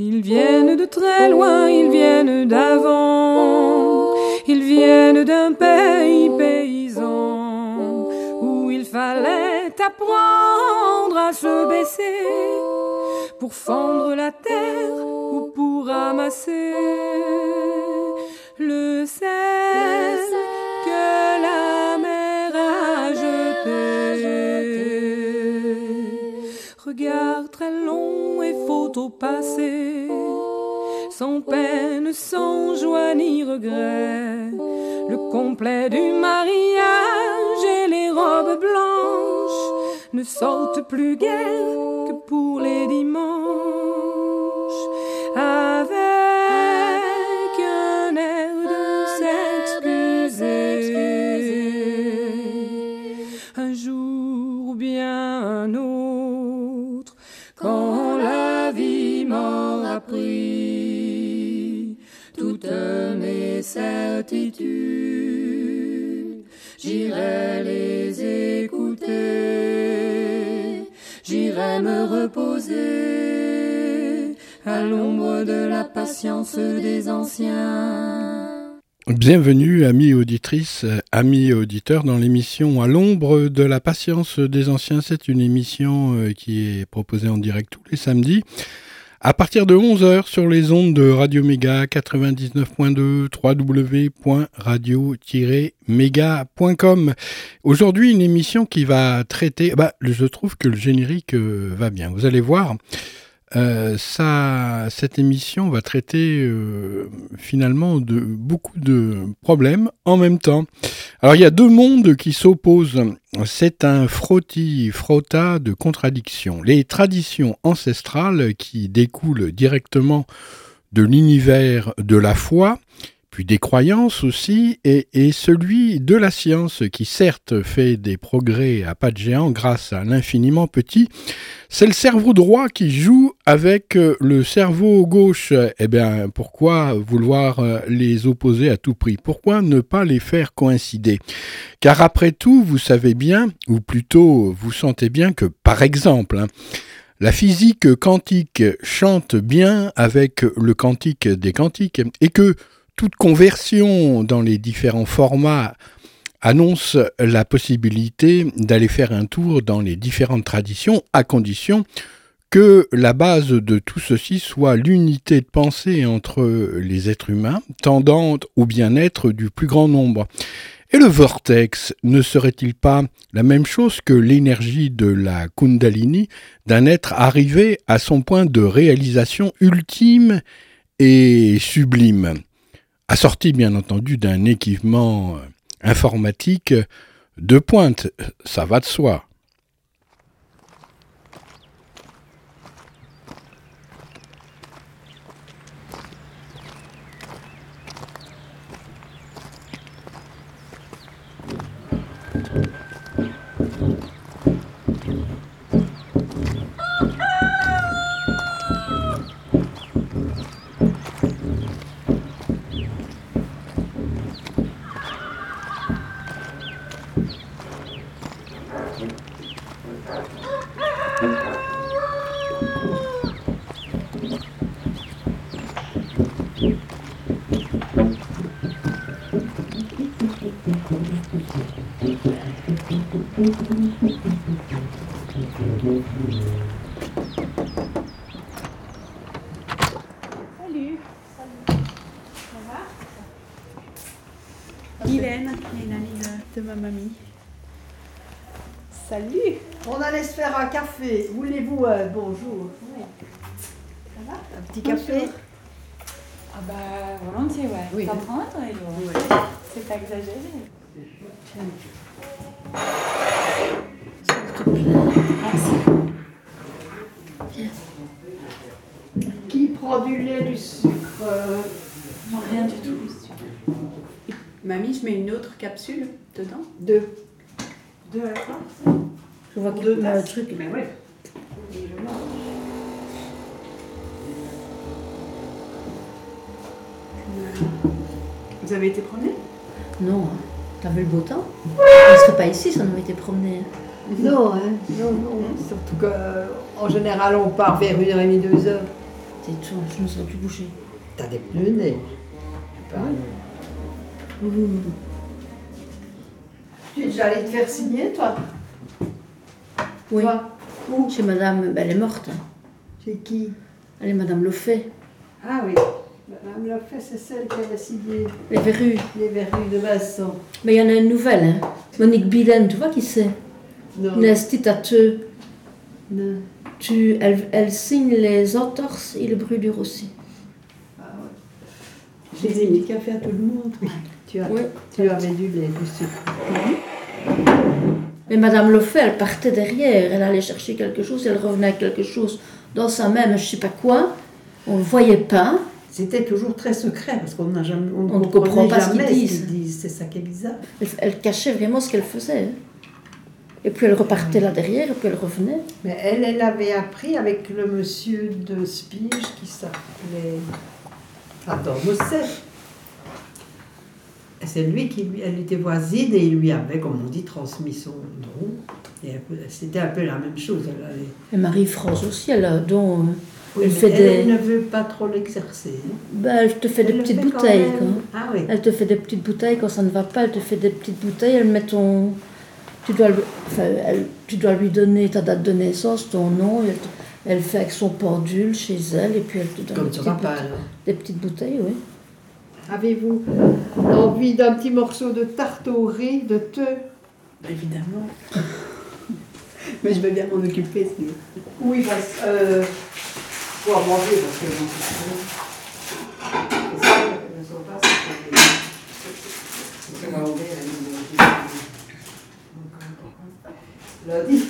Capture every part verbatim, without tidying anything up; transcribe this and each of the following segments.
Ils viennent de très loin, ils viennent d'avant, ils viennent d'un pays paysan où il fallait apprendre à se baisser pour fendre la terre ou pour ramasser le sel que la mer a jeté. Regard très long et faut au passé, sans peine, sans joie ni regret, le complet du mariage et les robes blanches ne sortent plus guère que pour les dimanches, avec un air de s'excuser. Un jour ou bien un autre, quand la vie m'aura pris toutes mes certitudes, j'irai les écouter, j'irai me reposer à l'ombre de la patience des anciens. Bienvenue, amis auditrices, amis auditeurs, dans l'émission À l'ombre de la patience des anciens. C'est une émission qui est proposée en direct tous les samedis à partir de onze heures sur les ondes de Radio Méga quatre-vingt-dix-neuf point deux, w w w point radio tiret méga point com. Aujourd'hui, une émission qui va traiter... Bah, je trouve que le générique euh, va bien. Vous allez voir, euh, ça, cette émission va traiter euh, finalement de beaucoup de problèmes en même temps. Alors, il y a deux mondes qui s'opposent. C'est un frotti-frotta de contradictions. Les traditions ancestrales qui découlent directement de l'univers de la foi, puis des croyances aussi, et, et celui de la science qui certes fait des progrès à pas de géant grâce à l'infiniment petit. C'est le cerveau droit qui joue avec le cerveau gauche. Eh bien, pourquoi vouloir les opposer à tout prix ? Pourquoi ne pas les faire coïncider ? Car après tout, vous savez bien, ou plutôt vous sentez bien que, par exemple, hein, la physique quantique chante bien avec le quantique des quantiques, et que toute conversion dans les différents formats annonce la possibilité d'aller faire un tour dans les différentes traditions, à condition que la base de tout ceci soit l'unité de pensée entre les êtres humains, tendant au bien-être du plus grand nombre. Et le vortex ne serait-il pas la même chose que l'énergie de la Kundalini d'un être arrivé à son point de réalisation ultime et sublime, assorti bien entendu d'un équipement informatique de pointe, ça va de soi. Salut. Ça va? Hélène, l'amie de, de ma mamie. Salut. On allait se faire un café. Voulez-vous euh, bonjour? Oui. Ça va? Un petit café? Bonjour. Ah bah volontiers, ouais. Oui. T'en prends un, toi, Hello? Oui. C'est pas exagéré. Merci. Qui prend du lait, du sucre? Non, rien du tout. Mamie, je mets une autre capsule dedans. Deux. Deux à la fois. Je vois Deux que le tasses. truc. Mais ouais. Et je mange. Vous avez été promener? Non, hein. T'as vu le beau temps? On serait pas ici si on avait été promener. Non, hein. Non, non. Surtout qu'en général, on part vers une heure et demie, deux heures. Tais-toi, je ne saurais plus bouger. T'as des pneus neige. Ouh. Tu es déjà allé te faire signer, toi? Oui. Toi? Où? Chez madame, ben, elle est morte. Chez qui? Elle est madame Loffet. Ah oui. Madame Loffet, c'est celle qui avait signé Les verrues. les verrues de Vincent. Mais il y en a une nouvelle, hein. Monique Biden, tu vois qui c'est? Non. Une instituteur. Non. Tu, elle, elle signe les entorses et les brûlures aussi. Ah ouais. J'ai des petits cafés à tout le monde. Oui. Tu, as, Oui. tu avais du lait, du sucre. Mais madame Loffet, elle partait derrière. Elle allait chercher quelque chose, elle revenait avec quelque chose dans sa main, mais je ne sais pas quoi. On ne le voyait pas. C'était toujours très secret parce qu'on n'a jamais, on, On ne ne comprend comprenait pas ce qu'ils jamais disent. disent. C'est ça qui est bizarre. Elle, elle cachait vraiment ce qu'elle faisait. hein. Et puis elle repartait là derrière, et puis elle revenait. Mais elle, elle avait appris avec le monsieur de Spige qui s'appelait. Attends, Mosset. Et c'est lui qui, lui- elle était voisine et il lui avait, comme on dit, transmis son don. Et un peu- c'était un peu la même chose. Elle, avait- Et Marie-France aussi, elle a donc. euh, Oui, elle mais fait elle, des. elle ne veut pas trop l'exercer. hein. Ben, elle te fait Elle des le petites fait quand bouteilles. même. Quoi. Ah oui. Elle te fait des petites bouteilles quand ça ne va pas. Elle te fait des petites bouteilles. Elle met ton. Tu dois, lui... enfin, elle... tu dois lui donner ta date de naissance, ton nom. Elle, te... elle fait avec son pendule chez elle, et puis elle te donne Comme des, tu petites pas bouteilles. alors. des petites bouteilles, oui. Avez-vous envie d'un petit morceau de tarte au riz, de thé? Évidemment. Mais je vais bien m'en occuper. Si... Oui, parce euh, pour à manger, parce que bon, ne sont pas c'est lundi.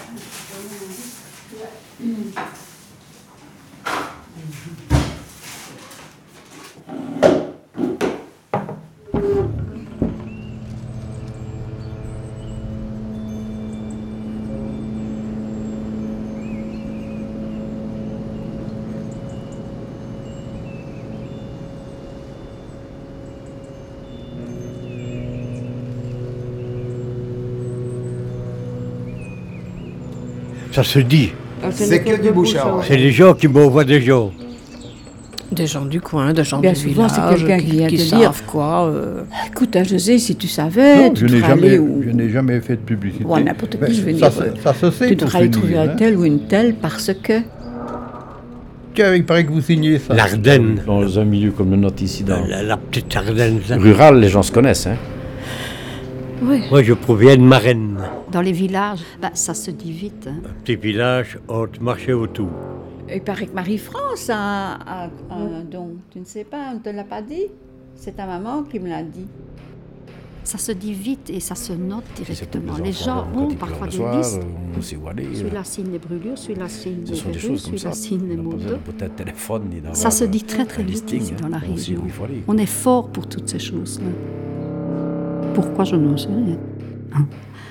Ça se dit. C'est que du bouche à oreille. C'est les gens qui m'envoient des gens. Des gens du coin, des gens Bien du souvent, c'est village, quelqu'un qui vient qui te savent dire, quoi. euh, écoute, hein, José, si tu savais, Non, tu je n'ai devrais aller jamais, où... je n'ai jamais fait de publicité. Ou à n'importe Mais qui, je veux ça, dire, se- ça se sait tu pour devrais aller trouver finir, un hein. tel ou une telle parce que... Tiens, il paraît que vous signez ça. L'Ardenne. Dans un milieu comme le nôtre ici, dans La, la petite Ardenne. ça. rural, les gens se connaissent. Hein. Oui. Moi, je proviens de Marennes. Dans les villages, bah, ça se dit vite. hein. Un petit village entre marché autour. Il paraît que Marie-France a, a- a un don. Tu ne sais pas, on ne te l'a pas dit? C'est ta maman qui me l'a dit. Ça se dit vite et ça se note Et c'est pour directement. les Les enfants, gens quand ont ils pleurent parfois le des soir, listes. euh, on sait où aller. Celui-là signe les brûlures, celui-là signe Ce les sont des verrues, choses comme celui-là ça. signe les On n'a pas mots besoin d'eau. de peut-être téléphone ni d'avoir Ça se dit un- très très un vite listing, ici hein. dans la On sait région. où il faut aller. On est fort pour toutes ces choses-là. Pourquoi, je n'en sais rien. Hein.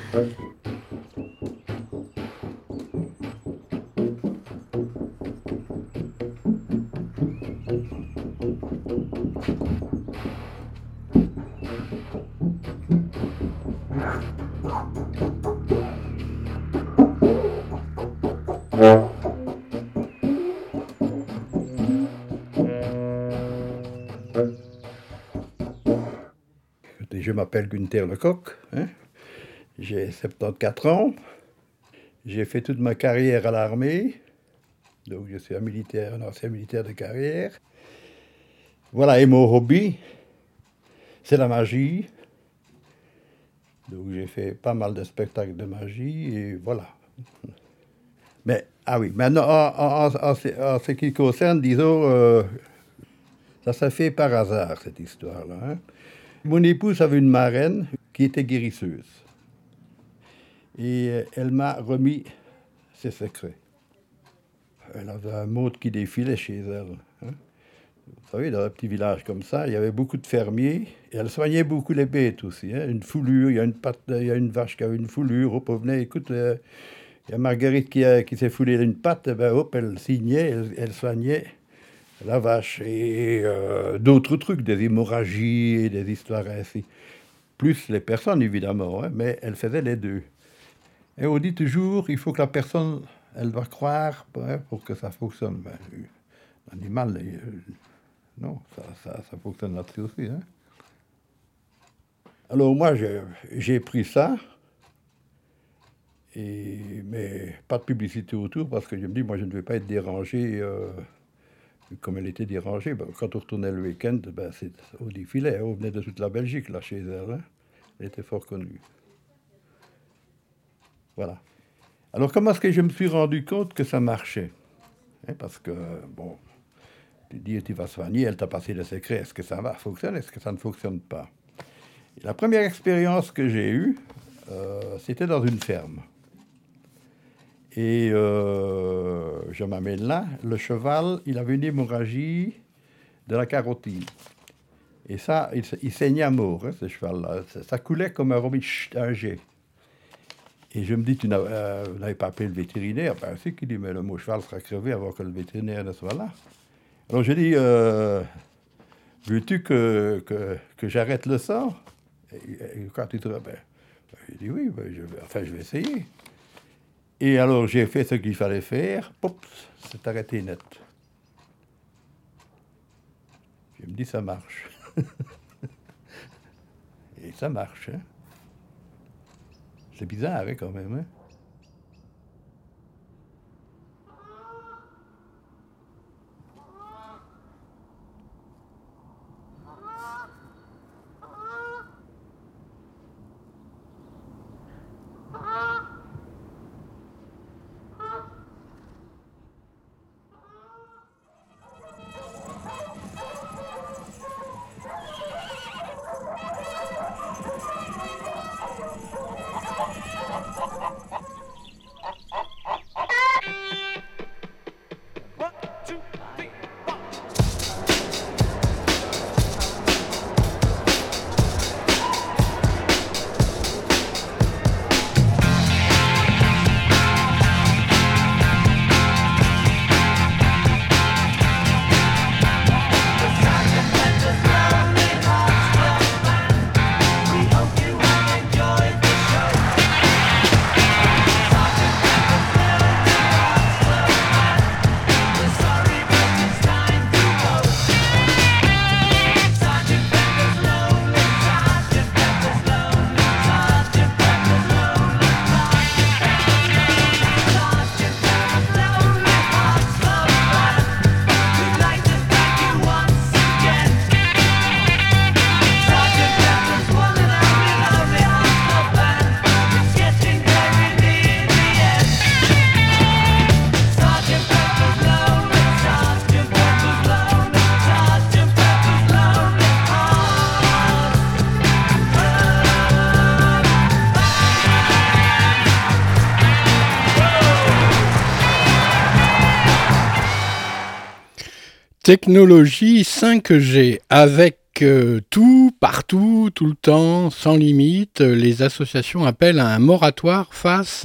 Écoutez, je m'appelle Gunther Lecoq, hein. J'ai soixante-quatorze ans. J'ai fait toute ma carrière à l'armée. Donc je suis un militaire, un ancien militaire de carrière. Voilà, et mon hobby, c'est la magie. Donc j'ai fait pas mal de spectacles de magie et voilà. Mais, ah oui, maintenant, en, en- en- en ce en ce qui concerne, disons, euh, ça s'est fait par hasard, cette histoire-là. hein. Mon épouse avait une marraine qui était guérisseuse. Et euh, elle m'a remis ses secrets. Elle avait un mode qui défilait chez elle. hein. Vous savez, dans un petit village comme ça, il y avait beaucoup de fermiers. Et elle soignait beaucoup les bêtes aussi. hein. Une foulure, il y a une, patte, il y a une vache qui avait une foulure. Hop, on venait, écoute, euh, il y a Marguerite qui, a- qui s'est foulée une patte. eh ben, hop, elle signait, elle, elle soignait la vache. Et euh, d'autres trucs, des hémorragies et des histoires ainsi. Plus les personnes, évidemment, hein, mais elle faisait les deux. Et on dit toujours, il faut que la personne, elle va croire hein, pour que ça fonctionne. Ben, L'animal, euh, non, ça, ça, ça fonctionne là-dessus aussi. Hein. Alors moi, j'ai, j'ai pris ça, et, mais pas de publicité autour, parce que je me dis, moi, je ne vais pas être dérangé euh, comme elle était dérangée. Ben, quand on retournait le week-end, ben, c'est, on défilait, hein, on venait de toute la Belgique, là, chez elle. Hein. Elle était fort connue. Voilà. Alors, comment est-ce que je me suis rendu compte que ça marchait? Hein, parce que, bon, tu dis, tu vas soigner, elle t'a passé le secret. Est-ce que ça va fonctionner? Est-ce que ça ne fonctionne pas? Et la première expérience que j'ai eue, euh, c'était dans une ferme. Et euh, je m'amène là, le cheval, il avait une hémorragie de la carotide. Et ça, il, il saignait à mort, hein, ce cheval-là. Ça, ça coulait comme un robich, un jet. Et je me dis, tu n'avais euh, pas appelé le vétérinaire? Ben, c'est qu'il dit, mais le mot cheval sera crevé avant que le vétérinaire ne soit là. Alors je dis, euh, veux-tu que, que, que j'arrête le sang? Et, et quand tu te ben, ben, il dit, oui, ben, je vais, enfin, je vais essayer. Et alors j'ai fait ce qu'il fallait faire, pop, c'est arrêté net. Je me dis, ça marche. Et ça marche, hein. C'est bizarre, hein, quand même, hein. Technologie cinq G, avec euh, tout, partout, tout le temps, sans limite. Les associations appellent à un moratoire face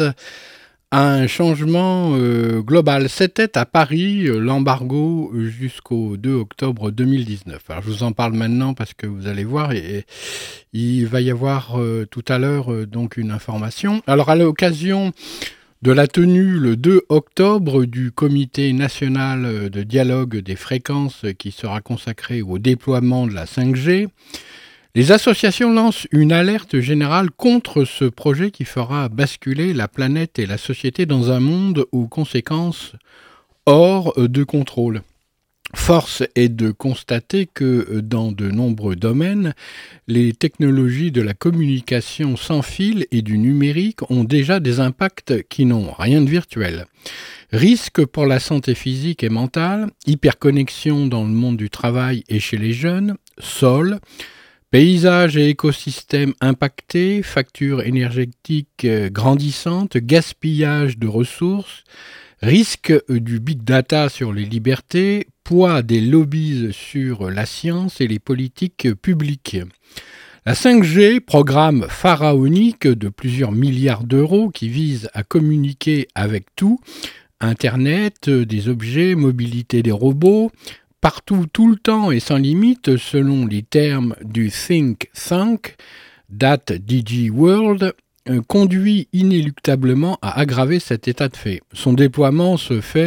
à un changement euh, global. C'était à Paris, euh, l'embargo jusqu'au deux octobre deux mille dix-neuf. Alors je vous en parle maintenant parce que vous allez voir, et, et il va y avoir euh, tout à l'heure euh, donc une information. Alors à l'occasion de la tenue le deux octobre du Comité national de dialogue des fréquences qui sera consacré au déploiement de la cinq G, les associations lancent une alerte générale contre ce projet qui fera basculer la planète et la société dans un monde aux conséquences hors de contrôle. Force est de constater que dans de nombreux domaines, les technologies de la communication sans fil et du numérique ont déjà des impacts qui n'ont rien de virtuel. Risques pour la santé physique et mentale, hyperconnexion dans le monde du travail et chez les jeunes, sol, paysages et écosystèmes impactés, factures énergétiques grandissantes, gaspillage de ressources, risque du big data sur les libertés, poids des lobbies sur la science et les politiques publiques. La cinq G, programme pharaonique de plusieurs milliards d'euros qui vise à communiquer avec tout, Internet, des objets, mobilité des robots, partout, tout le temps et sans limite, selon les termes du think tank, That D G World, conduit inéluctablement à aggraver cet état de fait. Son déploiement se fait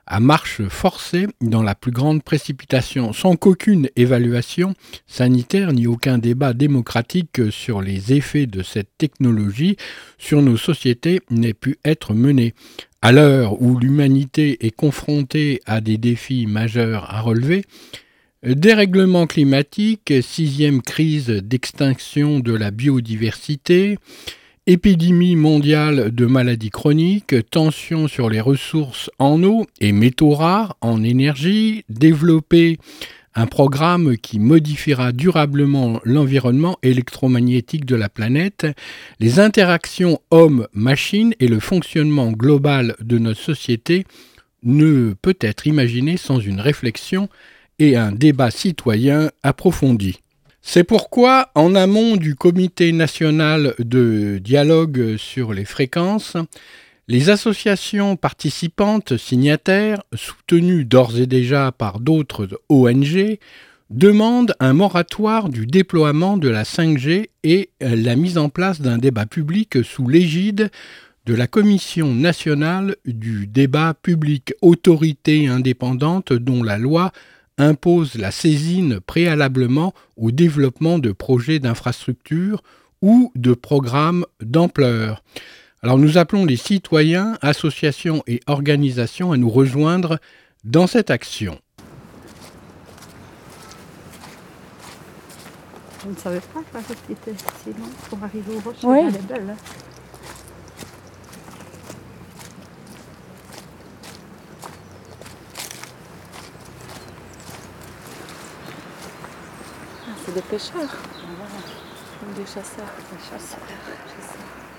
à marche forcée dans la plus grande précipitation, sans qu'aucune évaluation sanitaire ni aucun débat démocratique sur les effets de cette technologie sur nos sociétés n'ait pu être mené. À l'heure où l'humanité est confrontée à des défis majeurs à relever, dérèglement climatique, sixième crise d'extinction de la biodiversité, épidémie mondiale de maladies chroniques, tensions sur les ressources en eau et métaux rares, en énergie, développer un programme qui modifiera durablement l'environnement électromagnétique de la planète, les interactions hommes-machines et le fonctionnement global de notre société ne peut être imaginé sans une réflexion et un débat citoyen approfondi. C'est pourquoi, en amont du Comité national de dialogue sur les fréquences, les associations participantes signataires, soutenues d'ores et déjà par d'autres O N G, demandent un moratoire du déploiement de la cinq G et la mise en place d'un débat public sous l'égide de la Commission nationale du débat public, autorité indépendante dont la loi impose la saisine préalablement au développement de projets d'infrastructures ou de programmes d'ampleur. Alors nous appelons les citoyens, associations et organisations à nous rejoindre dans cette action. Je ne savais pas que la route était si longue pour arriver au rocher. Oui. Elle est belle, hein. C'est des pêcheurs. Voilà. Comme des chasseurs. Des chasseurs. chasseurs.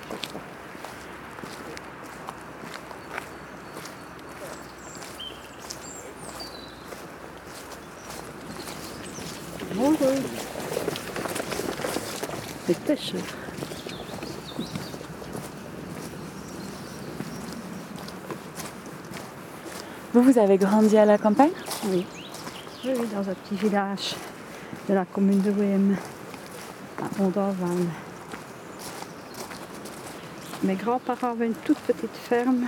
Bonjour. Des pêcheurs. Vous, vous avez grandi à la campagne? Oui. Oui, oui, dans un petit village de la commune de Wem, à Ondorval. Mes grands-parents avaient une toute petite ferme.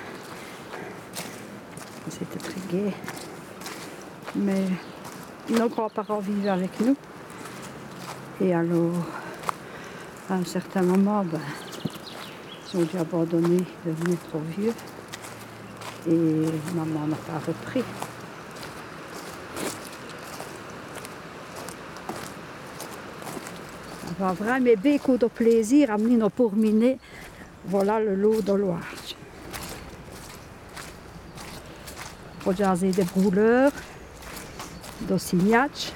C'était très gai. Mais nos grands-parents vivaient avec nous. Et alors, à un certain moment, ben, ils ont dû abandonner, devenir trop vieux. Et maman n'a pas repris. On va vraiment beaucoup de plaisir à venir pour miner. Voilà le lot de Loire. Pour jaser des brûleurs, de signatch.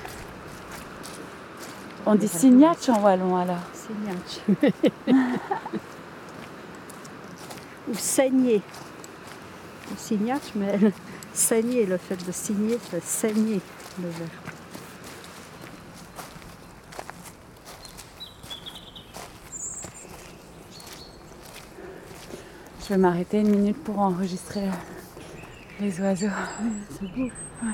On dit signatch en wallon alors. Signatch. Ou saigner. Signatch, mais saigner, le fait de signer, c'est saigner le verbe. Je vais m'arrêter une minute pour enregistrer les oiseaux. Oui, c'est beau. Ouais.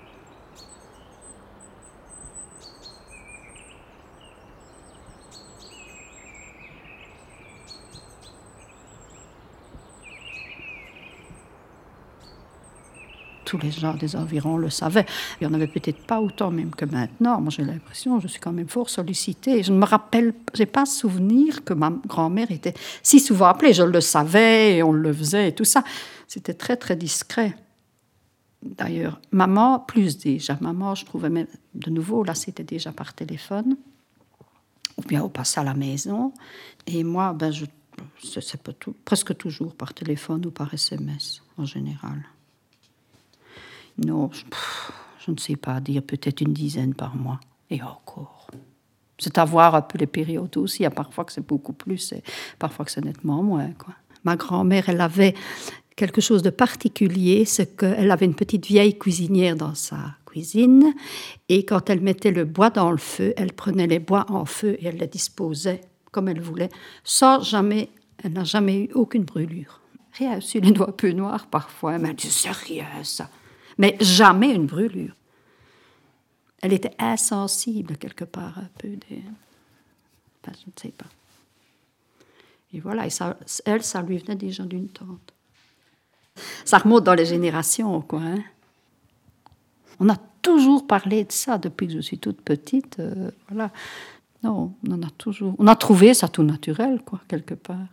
Tous les gens des environs le savaient. Il n'y en avait peut-être pas autant même que maintenant. Moi, j'ai l'impression, je suis quand même fort sollicitée. Je ne me rappelle, je n'ai pas souvenir que ma grand-mère était si souvent appelée. Je le savais et on le faisait et tout ça. C'était très, très discret. D'ailleurs, maman, plus déjà. Maman, je trouvais même, de nouveau, là, c'était déjà par téléphone. Ou bien on passait à la maison. Et moi, ben, je, c'est, c'est pas tout, presque toujours par téléphone ou par S M S, en général. Non, je, pff, je ne sais pas dire, peut-être une dizaine par mois. Et encore. C'est à voir un peu les périodes aussi. Il y a parfois que c'est beaucoup plus et parfois que c'est nettement moins, quoi. Ma grand-mère, elle avait quelque chose de particulier, c'est qu'elle avait une petite vieille cuisinière dans sa cuisine. Et quand elle mettait le bois dans le feu, elle prenait les bois en feu et elle les disposait comme elle voulait, sans jamais, elle n'a jamais eu aucune brûlure. Rien, sur les doigts un peu noirs parfois. Elle m'a dit, c'est rien ça. Mais jamais une brûlure. Elle était insensible quelque part un peu. Des... Enfin, je ne sais pas. Et voilà, et ça, elle, ça lui venait déjà d'une tante. Ça remonte dans les générations, quoi. Hein. On a toujours parlé de ça depuis que je suis toute petite. Euh, voilà. Non, on en a toujours. On a trouvé ça tout naturel, quoi, quelque part.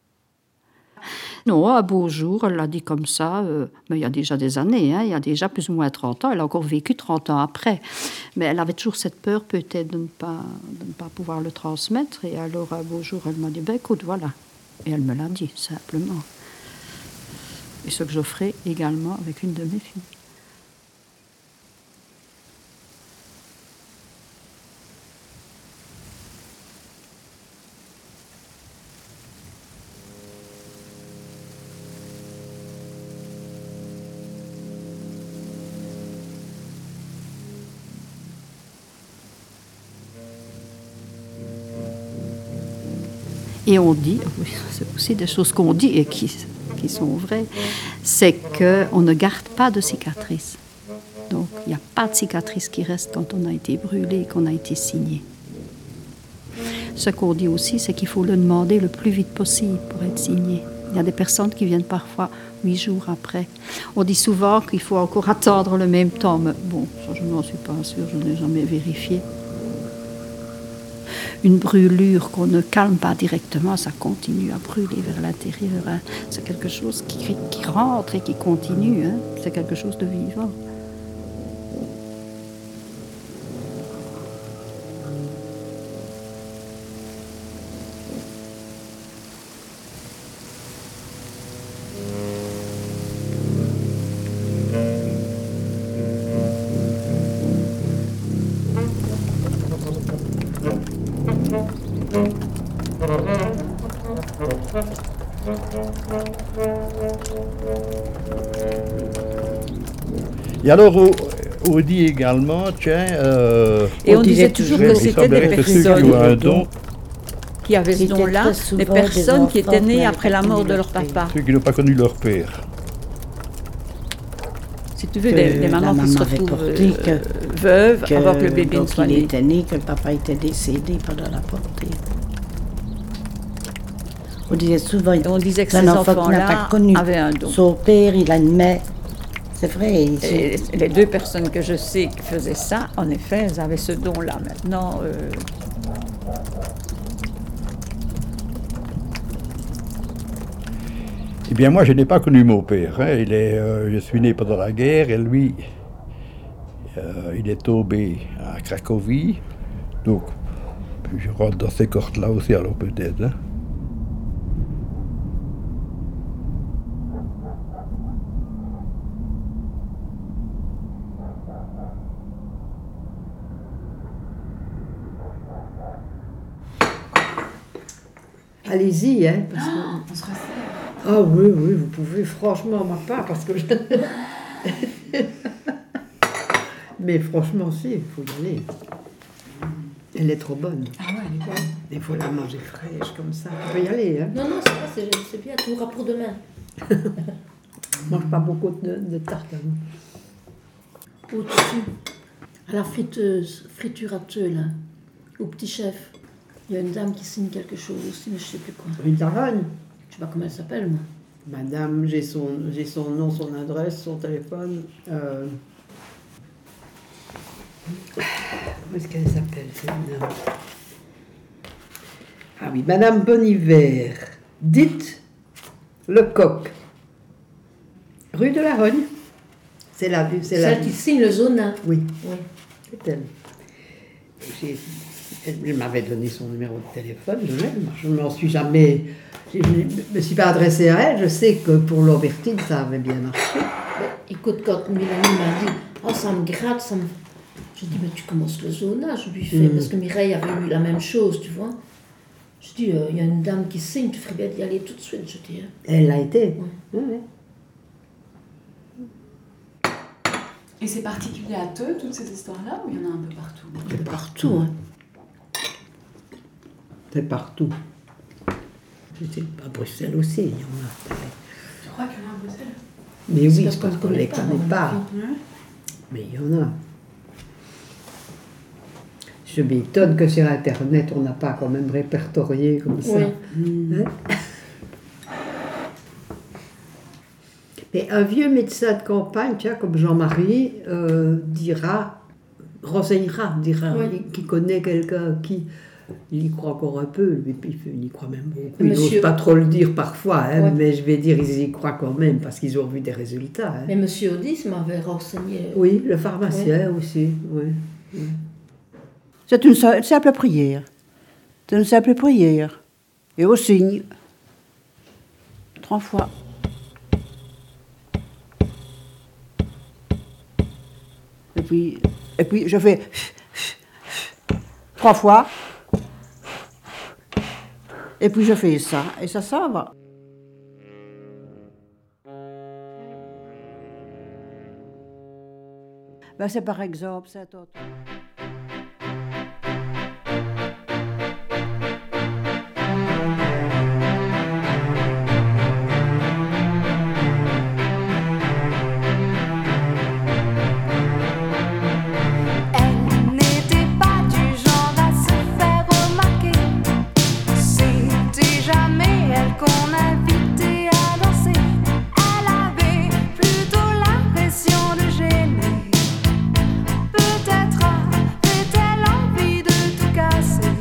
Non, un beau jour, elle l'a dit comme ça, euh, mais il y a déjà des années, hein, il y a déjà plus ou moins trente ans, elle a encore vécu trente ans après. Mais elle avait toujours cette peur peut-être de ne pas, de ne pas pouvoir le transmettre. Et alors un beau jour, elle m'a dit, ben écoute, voilà. Et elle me l'a dit, simplement. Et ce que je ferai également avec une de mes filles. Et on dit, c'est aussi des choses qu'on dit et qui, qui sont vraies, c'est qu'on ne garde pas de cicatrices. Donc, il n'y a pas de cicatrices qui restent quand on a été brûlé et qu'on a été signé. Ce qu'on dit aussi, c'est qu'il faut le demander le plus vite possible pour être signé. Il y a des personnes qui viennent parfois huit jours après. On dit souvent qu'il faut encore attendre le même temps, mais bon, ça, je n'en suis pas sûre, je n'ai jamais vérifié. Une brûlure qu'on ne calme pas directement, ça continue à brûler vers l'intérieur. Hein. C'est quelque chose qui, qui rentre et qui continue. Hein. C'est quelque chose de vivant. Et alors, on, on dit également, tiens... Euh, et on, on disait toujours que c'était des personnes qui, un don, qui avaient ce don-là, des personnes qui étaient nées après la mort de leur papa. Ceux qui n'ont pas connu leur père. Si tu veux, des, des mamans qui se retrouvent euh, veuves que, avant que le bébé ne soit né. Il était né, que le papa était décédé pendant la portée. On disait souvent, on disait que ces enfants-là avaient un don. Son père, il admet. C'est vrai. Et les deux personnes que je sais qui faisaient ça, en effet, elles avaient ce don-là. Maintenant. Euh... Eh bien, moi, je n'ai pas connu mon père. Hein. Il est, euh, je suis né pendant la guerre et lui, euh, il est tombé à Cracovie. Donc, je rentre dans ces cordes-là aussi, alors peut-être. Hein. Allez-y, hein. Parce que... oh, on se resserre. Ah oui, oui, vous pouvez, franchement, moi pas, parce que je... Mais franchement, si, il faut y aller. Elle est trop bonne. Ah ouais, elle est bonne. Il faut la manger fraîche, comme ça. Tu peux y aller, hein. Non, non, c'est pas, c'est, c'est bien, tu auras pour demain. Je mange pas beaucoup de, de tarte, hein. Au-dessus, à la friteuse, friturateuse, là, au petit chef. Il y a une dame qui signe quelque chose aussi, mais je ne sais plus quoi. Une daronne. Je ne sais pas comment elle s'appelle, moi. Madame, j'ai son, j'ai son nom, son adresse, son téléphone. Euh... Comment est-ce qu'elle s'appelle, cette dame? Ah oui, Madame Boniver. Dites le Coq. Rue de la Rogne. C'est la vue. C'est Celle la... qui signe le zona. Oui. Oui. C'est elle. J'ai... Elle m'avait donné son numéro de téléphone, je l'aime. Je ne m'en suis jamais... Je ne me suis pas adressée à elle. Je sais que pour l'Aubertine, ça avait bien marché. Mais, écoute, quand Mélanie m'a dit « Oh, ça me gratte, ça me... » Je dis « Mais tu commences le zona, je lui fais. Mm. » Parce que Mireille avait eu la même chose, tu vois. Je dis, il euh, y a une dame qui signe, tu ferais bien d'y aller tout de suite, je dis. Elle l'a été. Ouais. Ouais. Et c'est particulier à Theux, toutes ces histoires-là, ou il y en a un peu partout? Un peu partout, hein. C'est partout. C'est à Bruxelles aussi, il y en a. Je crois qu'il y en a à Bruxelles. Mais oui, parce qu'on ne les connaît pas. Ouais. Mais il y en a. Je m'étonne que sur Internet, on n'a pas quand même répertorié comme ça. Oui. Hein? Mais un vieux médecin de campagne, tu vois, comme Jean-Marie, euh, dira, renseignera, dira, Oui. qui connaît quelqu'un qui... Il y croit encore un peu, lui, puis il y croit même beaucoup. Il Monsieur- n'ose pas trop le dire parfois, hein, Ouais. mais je vais dire, ils y croient quand même, parce qu'ils ont vu des résultats. Hein. Mais Monsieur Audis m'avait renseigné. Oui, le pharmacien aussi, oui. oui. C'est une so- simple prière. C'est une simple prière. Et au signe. Trois fois. Et puis, et puis je fais trois fois. Et puis je fais ça. Et ça, ça va. Ben, c'est par exemple cet autre. Elle n'était pas du genre à se faire remarquer. C'était jamais elle qu'on invitait à danser. Elle avait plutôt l'impression de gêner. Peut-être avait-elle envie de tout casser.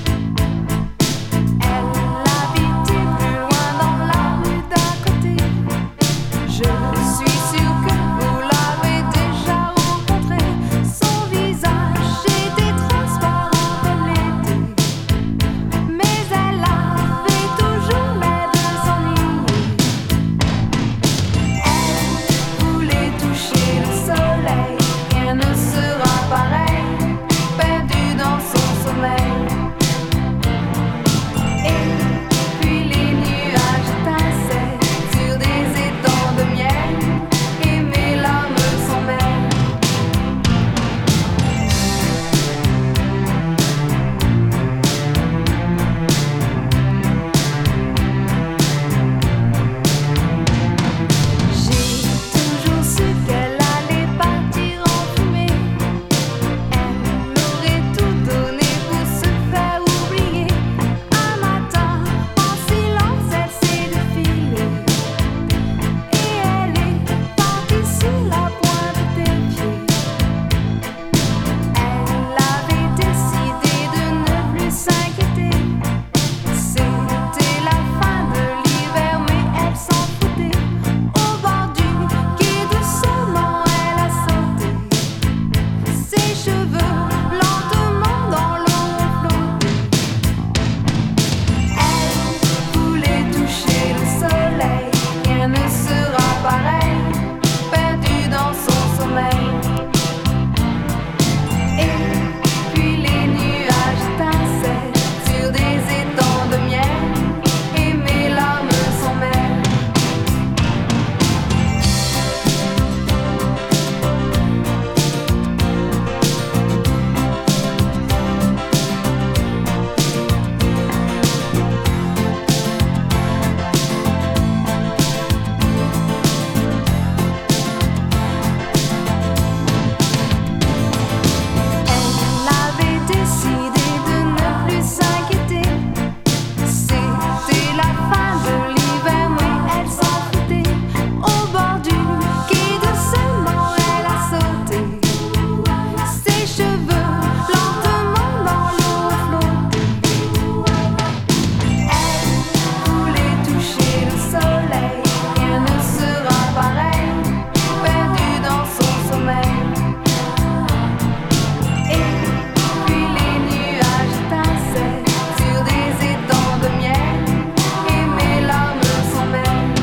Elle habitait plus loin dans la rue d'à côté. Je suis sûre que vous l'avez déjà rencontré. Son visage était transparent comme l'été. Mais elle avait toujours l'air de s'ennuyer. Elle voulait toucher le soleil. Rien ne sera pareil, perdu dans son sommeil. Et puis les nuages étincellent sur des étangs de miel. Et mes larmes s'en mêlent. J'ai toujours su qu'elle allait partir en fumée. Elle aurait tout donné pour se faire oublier. Un matin, en silence, elle s'est défilée. Et elle est partie sur la pointe des pieds. Elle avait décidé de ne plus s'inquiéter. C'était la fin de l'hiver, mais elle s'en foutait. Au bord du quai, doucement, elle a sauté. Ses cheveux lentement dans l'eau ont flotté. Elle voulait toucher le soleil. Rien ne sera pareil, perdu dans son sommeil. Et puis les nuages étincellent sur des étangs de miel. Et mes larmes s'en mêlent. Elle avait décidé de ne plus s'inquiéter. C'était la fin de l'hiver, mais elle s'en foutait. Au bord du quai, doucement, elle a sauté. Ses cheveux lentement dans l'eau ont flotté. Elle voulait toucher le soleil. Rien ne sera pareil, perdu dans son sommeil. Et puis les nuages étincellent sur des étangs de miel. Et mes larmes s'en mêlent.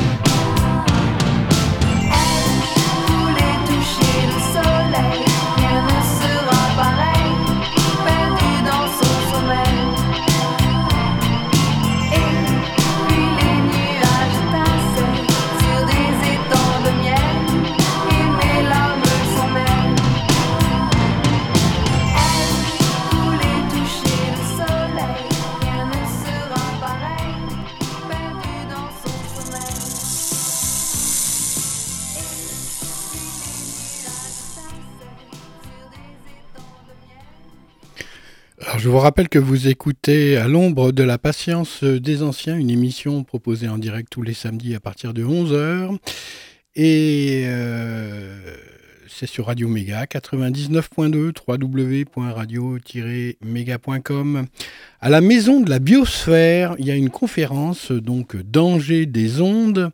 Elle voulait toucher le soleil. Rien ne sera pareil, perdu dans son sommeil. Et puis les nuages étincellent sur des étangs de miel. Et mes larmes s'en mêlent. Elle voulait toucher le soleil. Rien ne sera pareil, perdu dans son sommeil. Alors, je vous rappelle que vous écoutez À l'ombre de la patience des anciens, une émission proposée en direct tous les samedis à partir de onze heures. Et euh, c'est sur Radio Méga, quatre-vingt-dix-neuf point deux, w w w point radio tiret méga point com. À la Maison de la Biosphère, il y a une conférence, donc danger des ondes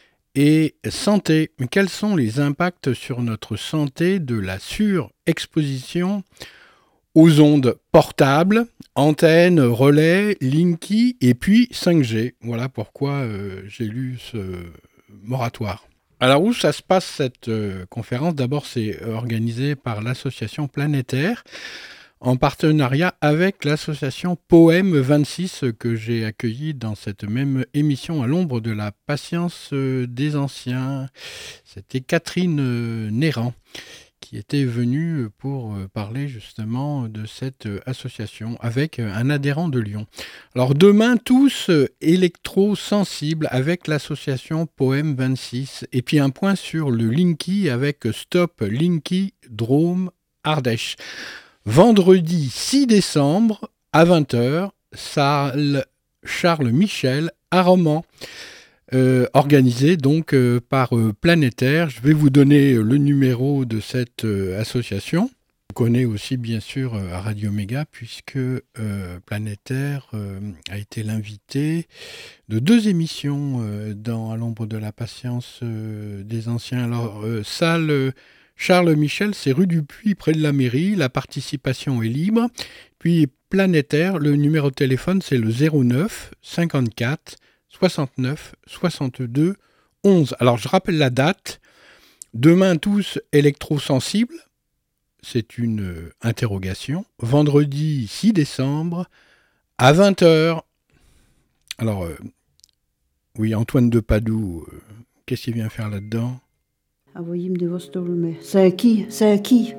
et santé. Mais quels sont les impacts sur notre santé de la surexposition aux ondes portables, antennes, relais, Linky et puis cinq G? Voilà pourquoi euh, j'ai lu ce moratoire. Alors où ça se passe cette euh, conférence? D'abord, c'est organisé par l'association Planétaire en partenariat avec l'association Poème vingt-six que j'ai accueillie dans cette même émission à l'ombre de la patience euh, des anciens. C'était Catherine euh, Néran qui était venue pour euh, parler justement de cette euh, association avec euh, un adhérent de Lyon. Alors demain, tous euh, électrosensibles avec l'association Poème vingt-six. Et puis un point sur le Linky avec Stop Linky Drôme Ardèche. Vendredi six décembre à vingt heures, salle Charles Michel à Romans. Euh, organisé donc euh, par euh, Planétaire. Je vais vous donner euh, le numéro de cette euh, association. On connaît aussi bien sûr euh, à Radio Méga puisque euh, Planétaire euh, a été l'invité de deux émissions euh, dans À l'ombre de la patience euh, des anciens. Alors, euh, salle euh, Charles Michel, c'est rue du Puy près de la mairie. La participation est libre. Puis Planétaire, le numéro de téléphone c'est le zéro neuf cinquante-quatre soixante-neuf soixante-deux onze. Alors je rappelle la date. Demain tous électrosensibles. C'est une euh, interrogation. Vendredi six décembre à vingt heures. Alors euh, oui, Antoine de Padoue, euh, qu'est-ce qu'il vient faire là-dedans? Envoyez-moi des vostol, mais c'est qui? C'est qui?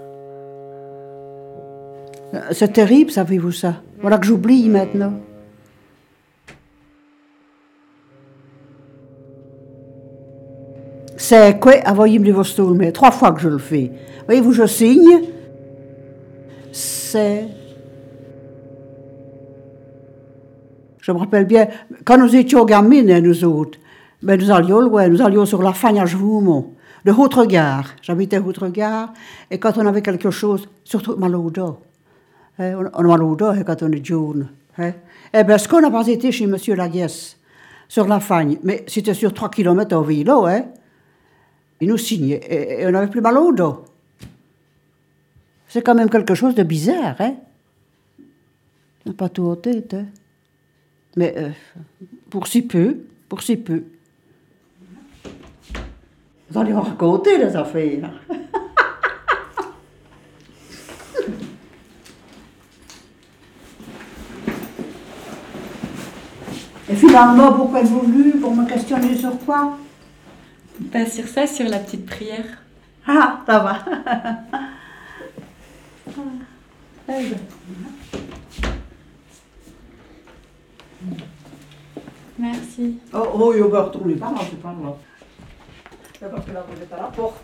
C'est terrible, savez-vous ça? Voilà que j'oublie maintenant. C'est quoi? Envoyez-moi des vostol, mais trois fois que je le fais. Voyez-vous, je signe. C'est... Je me rappelle bien, quand nous étions gamines, nous autres, ben nous allions loin, nous allions sur la Fagne à Jouemont, de Haute-Regard. J'habitais Haute-Regard, et quand on avait quelque chose, surtout Malouda, hein, on, on Malouda, hein, quand on est jaune, hein, eh bien, ce qu'on n'a pas été chez M. Laguesse, sur la Fagne, mais c'était sur trois kilomètres au vélo, hein, il nous signait, et, et on n'avait plus Malouda. C'est quand même quelque chose de bizarre, hein. On n'a pas tout en tête, hein. Mais euh, pour si peu, pour si peu. Vous allez en raconter les affaires. Et finalement, pourquoi êtes-vous venu pour me questionner sur quoi? Ben sur ça, sur la petite prière. Ah, ça va. Eh ben. Merci. Oh, oh, il va retourner par là, c'est pas grave. C'est parce que là, vous êtes à la porte.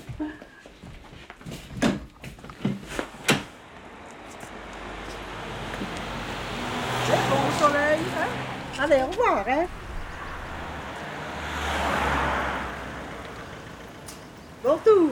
C'est bon le soleil, hein? Allez, au revoir, hein? Bon tour.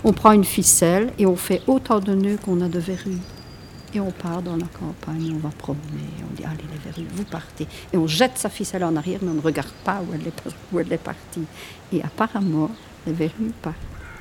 On prend une ficelle et on fait autant de nœuds qu'on a de verrues. Et on part dans la campagne, on va promener, on dit allez les verrues, vous partez. Et on jette sa ficelle en arrière, mais on ne regarde pas où elle est, où elle est partie. Et apparemment, les verrues partent.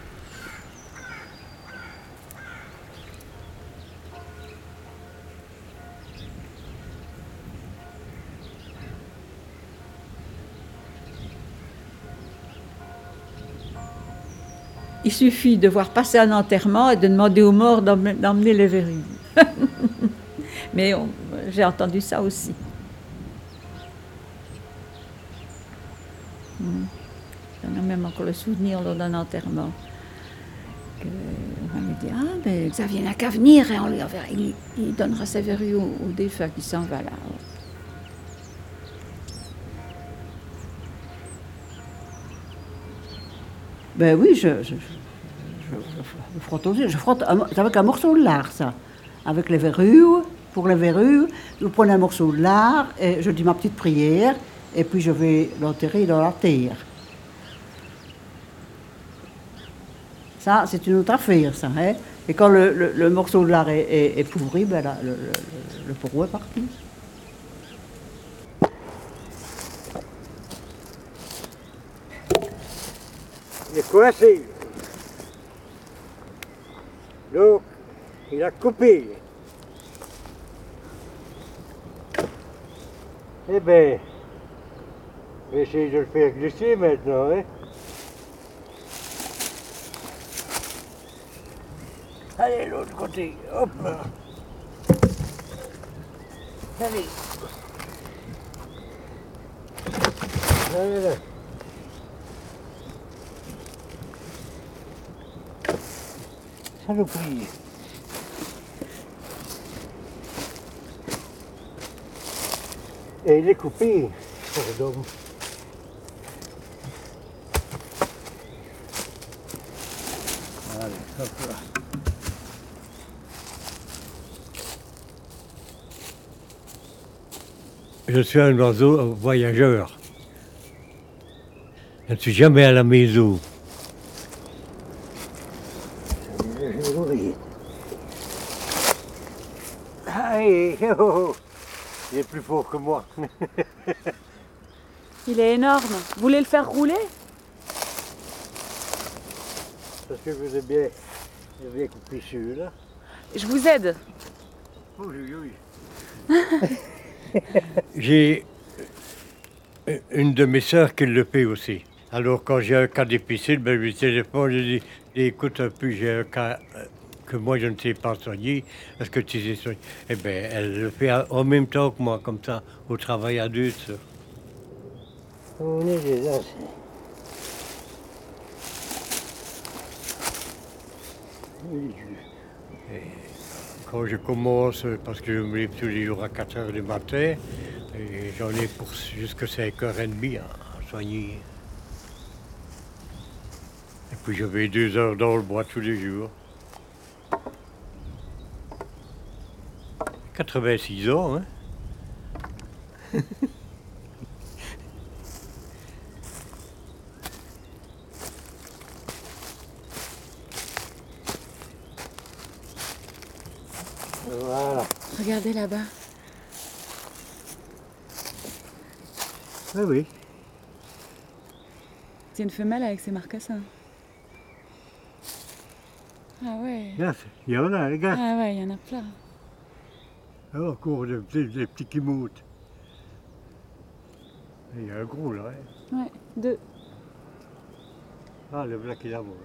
Il suffit de voir passer un enterrement et de demander aux morts d'emmener, d'emmener les verrues. Mais on, j'ai entendu ça aussi. Hmm. J'en ai même encore le souvenir lors d'un enterrement. Que, on m'a dit, ah ben Xavier n'a qu'à venir et on lui enverra, il, il donnera ses verrues au, au défunt qui s'en va là. Ben oui, je, je, je, je, je frotte aussi. Je frotte un- c'est avec un morceau de lard, ça. Avec les verrues. Pour les verrues, je prends un morceau de lard et je dis ma petite prière. Et puis je vais l'enterrer dans la terre. Ça, c'est une autre affaire, ça. Hein? Et quand le, le, le morceau de lard est, est, est pourri, ben là, le, le, le, le pourreau est parti. Il est coincé. Donc, il a coupé. Eh bien, je vais essayer de le faire glisser maintenant, hein. Allez, l'autre côté, hop là. Allez. Allez là. Saloperie. Et il est coupé, pardon. Allez, hop là. Je suis un oiseau voyageur. Je ne suis jamais à la maison. Allez, oh, oh. Il est plus fort que moi. Il est énorme. Vous voulez le faire rouler? Parce que vous êtes bien, vous avez bien coupé celui-là. Je vous aide. Oui, oui, oui. J'ai une de mes sœurs qui le fait aussi. Alors quand j'ai un cas difficile, ben, je lui téléphone, je dis, écoute un peu, j'ai un cas euh, que moi je ne sais pas soigner, est-ce que tu sais soigner? Eh bien, elle le fait en même temps que moi, comme ça, au travail à deux. Ça. On est des anciens. Et quand je commence, parce que je me lève tous les jours à quatre heures du matin, et j'en ai pour jusqu'à cinq heures trente à soigner. Et puis je vais deux heures dans le bois tous les jours. quatre-vingt-six ans, hein? Voilà. Regardez là-bas. Oui, oui. C'est une femelle avec ses marcassins. Ah ouais. Là, il y en a, les gars. Ah ouais, il y en a plein. Ah, encore des petits, des petits qui montent. Il y a un gros là. Hein. Ouais, deux. Ah, le black il avance.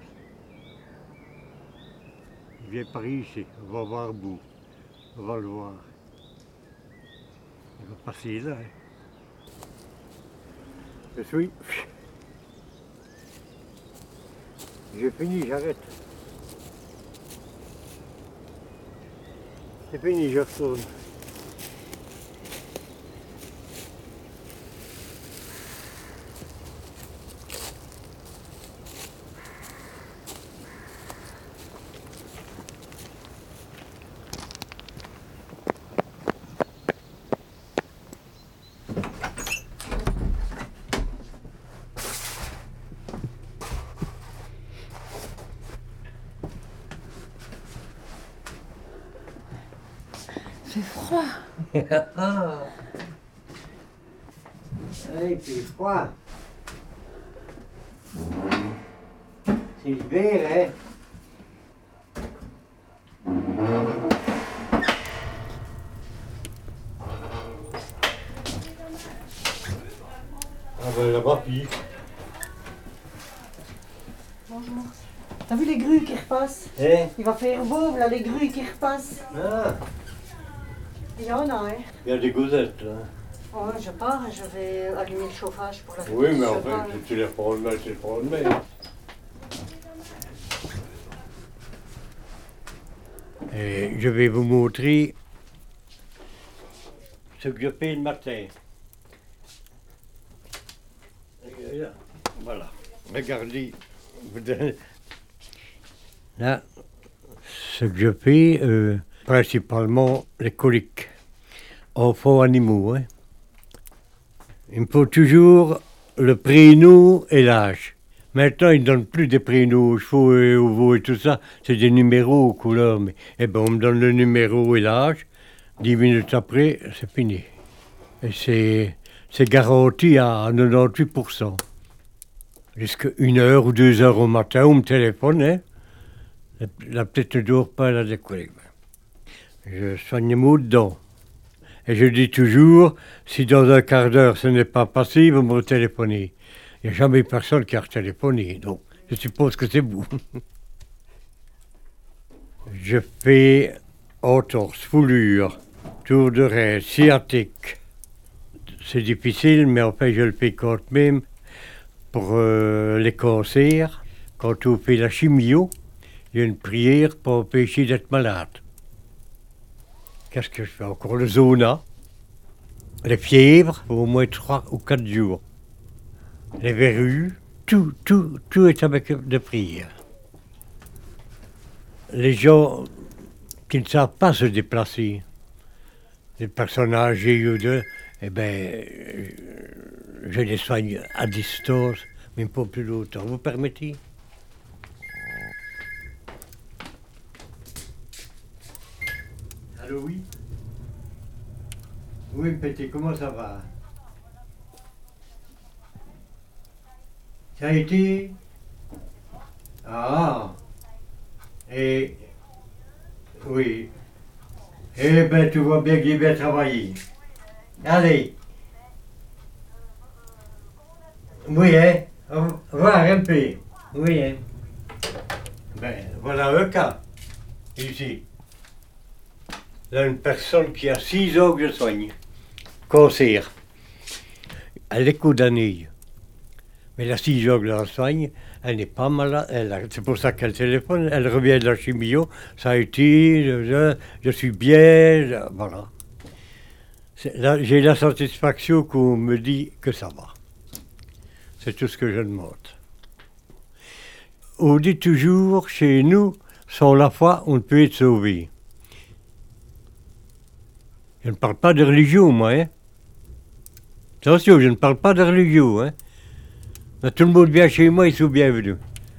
Il vient par ici, on va voir bout. On va le voir. Il va passer là. Hein. Je suis. J'ai fini, j'arrête. C'est fini, je retourne. fait froid. Ah. Il fait froid. C'est l'hiver, hein. Ah ben là-bas, puis. Bonjour. T'as vu les grues qui repassent? Eh? Il va faire beau, là, les grues qui repassent. Ah, Il y en a, hein? il y a des gosettes, là. Ouais, je pars et je vais allumer le chauffage pour la Oui, mais je enfin, pars. si tu les prends le main, tu les prends le main. Et je vais vous montrer ce que je fais le matin. Et là, voilà, regardez. Là, ce que je fais, euh, principalement les coliques, enfants animaux. Hein. Il me faut toujours le prénom et l'âge. Maintenant, ils ne donnent plus des prénoms aux chevaux et aux veaux et tout ça. C'est des numéros aux couleurs. Mais, eh ben, on me donne le numéro et l'âge. Dix minutes après, c'est fini. Et c'est, c'est garanti à quatre-vingt-dix pour cent. Jusqu'à une heure ou deux heures au matin, on me téléphone. Hein. La, la petite ne dort pas, elle a des coliques. Je soigne les maux dedans. Et je dis toujours, si dans un quart d'heure ce n'est pas passé, vous me téléphonez. Il n'y a jamais personne qui a téléphoné, donc je suppose que c'est vous. Je fais entorse, foulure, tour de rein, sciatique. C'est difficile, mais enfin je le fais quand même pour euh, les cancers. Quand on fait la chimio, il y a une prière pour empêcher d'être malade. Qu'est-ce que je fais encore? Le zona, les fièvres, au moins trois ou quatre jours. Les verrues, tout, tout, tout est avec de prière. Les gens qui ne savent pas se déplacer, les personnes âgées ou deux, eh bien, je les soigne à distance, mais pas plus longtemps. Vous permettez? Allô, oui? Oui, petit, comment ça va? Ça a été? Ah! Et... Oui. Eh ben, tu vois bien qu'il est bien travaillé. Allez! Oui, hein? Au revoir, M P. Oui, hein? Ben, voilà un cas. Ici. Là, une personne qui a six ans que je soigne. Cancer. Elle est condamnée. Mais la six ans que je la soigne, elle n'est pas malade. Elle a- c'est pour ça qu'elle téléphone. Elle revient de la chimio. Ça a été, je, je- je suis bien. je- voilà. C'est- là, j'ai la satisfaction qu'on me dit que ça va. C'est tout ce que je demande. On dit toujours, chez nous, sans la foi, on ne peut être sauvé. Je ne parle pas de religion, moi. Hein. Attention, je ne parle pas de religion. Hein. Mais tout le monde vient chez moi, ils sont bienvenus.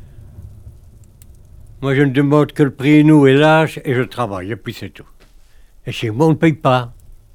Moi, je ne demande que le prénom et l'âge et je travaille, et puis c'est tout. Et chez moi, on ne paye pas.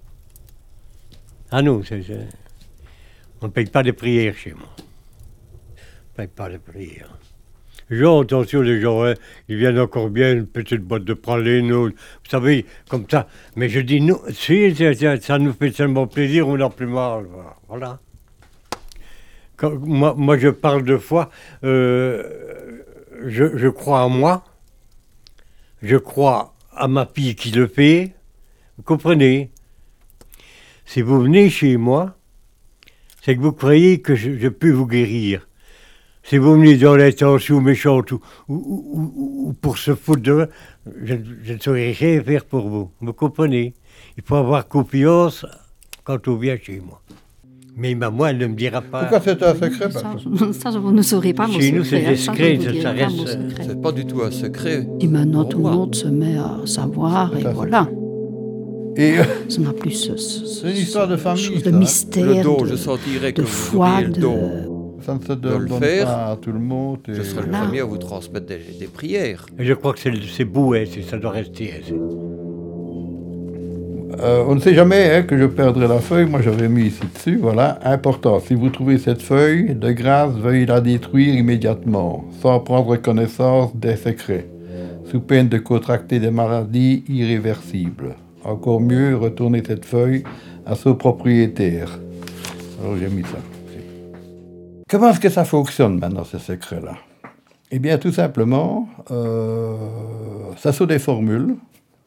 Ah non, c'est, c'est- on ne paye pas de prières chez moi. On ne paye pas de prières. Les gens, attention, les gens, hein, ils viennent encore bien, une petite boîte de praline, ou- vous savez, comme ça. Mais je dis, non, si, ça, ça- ça nous fait tellement plaisir, on n'a plus mal. Voilà. Quand- moi, moi, je parle de foi, euh, je, je crois en moi, je crois à ma fille qui le fait, vous comprenez? Si vous venez chez moi, c'est que vous croyez que je, je peux vous guérir. Si vous venez dans l'intention méchante ou, ou, ou- ou- ou pour se foutre de moi, je, je ne saurais rien faire pour vous. Vous comprenez? Il faut avoir confiance quand on vient chez moi. Mais maman, elle ne me dira pas. Pourquoi c'est un secret? Ça, je- ça, je- vous ne saurez pas mon Chez nous, secret, c'est hein, ça, je discret, vous ça, dirai ça pas reste, mon euh, secret. C'est pas du tout un secret. Et maintenant, tout le monde se met à savoir, et voilà. Et Ça n'a plus ce, ce- c'est une histoire de famille, chose ça, de hein. mystère, Le don, de, je sentirais que de vous foi, auriez le de... don Ça ne se de le donne faire. pas à tout le monde. et- Je serais le Voilà. premier à vous transmettre des, des prières. Et je crois que c'est, c'est beau, hein, c'est- ça doit rester. hein, c'est- Euh, on ne sait jamais hein, que je perdrai la feuille. Moi, j'avais mis ici dessus. Voilà, important. Si vous trouvez cette feuille, de grâce, veuillez la détruire immédiatement, sans prendre connaissance des secrets, sous peine de contracter des maladies irréversibles. Encore mieux, retournez cette feuille à son propriétaire. Alors, j'ai mis ça. Comment est-ce que ça fonctionne maintenant, ces secrets-là? Eh bien, tout simplement, euh, ça sont des formules.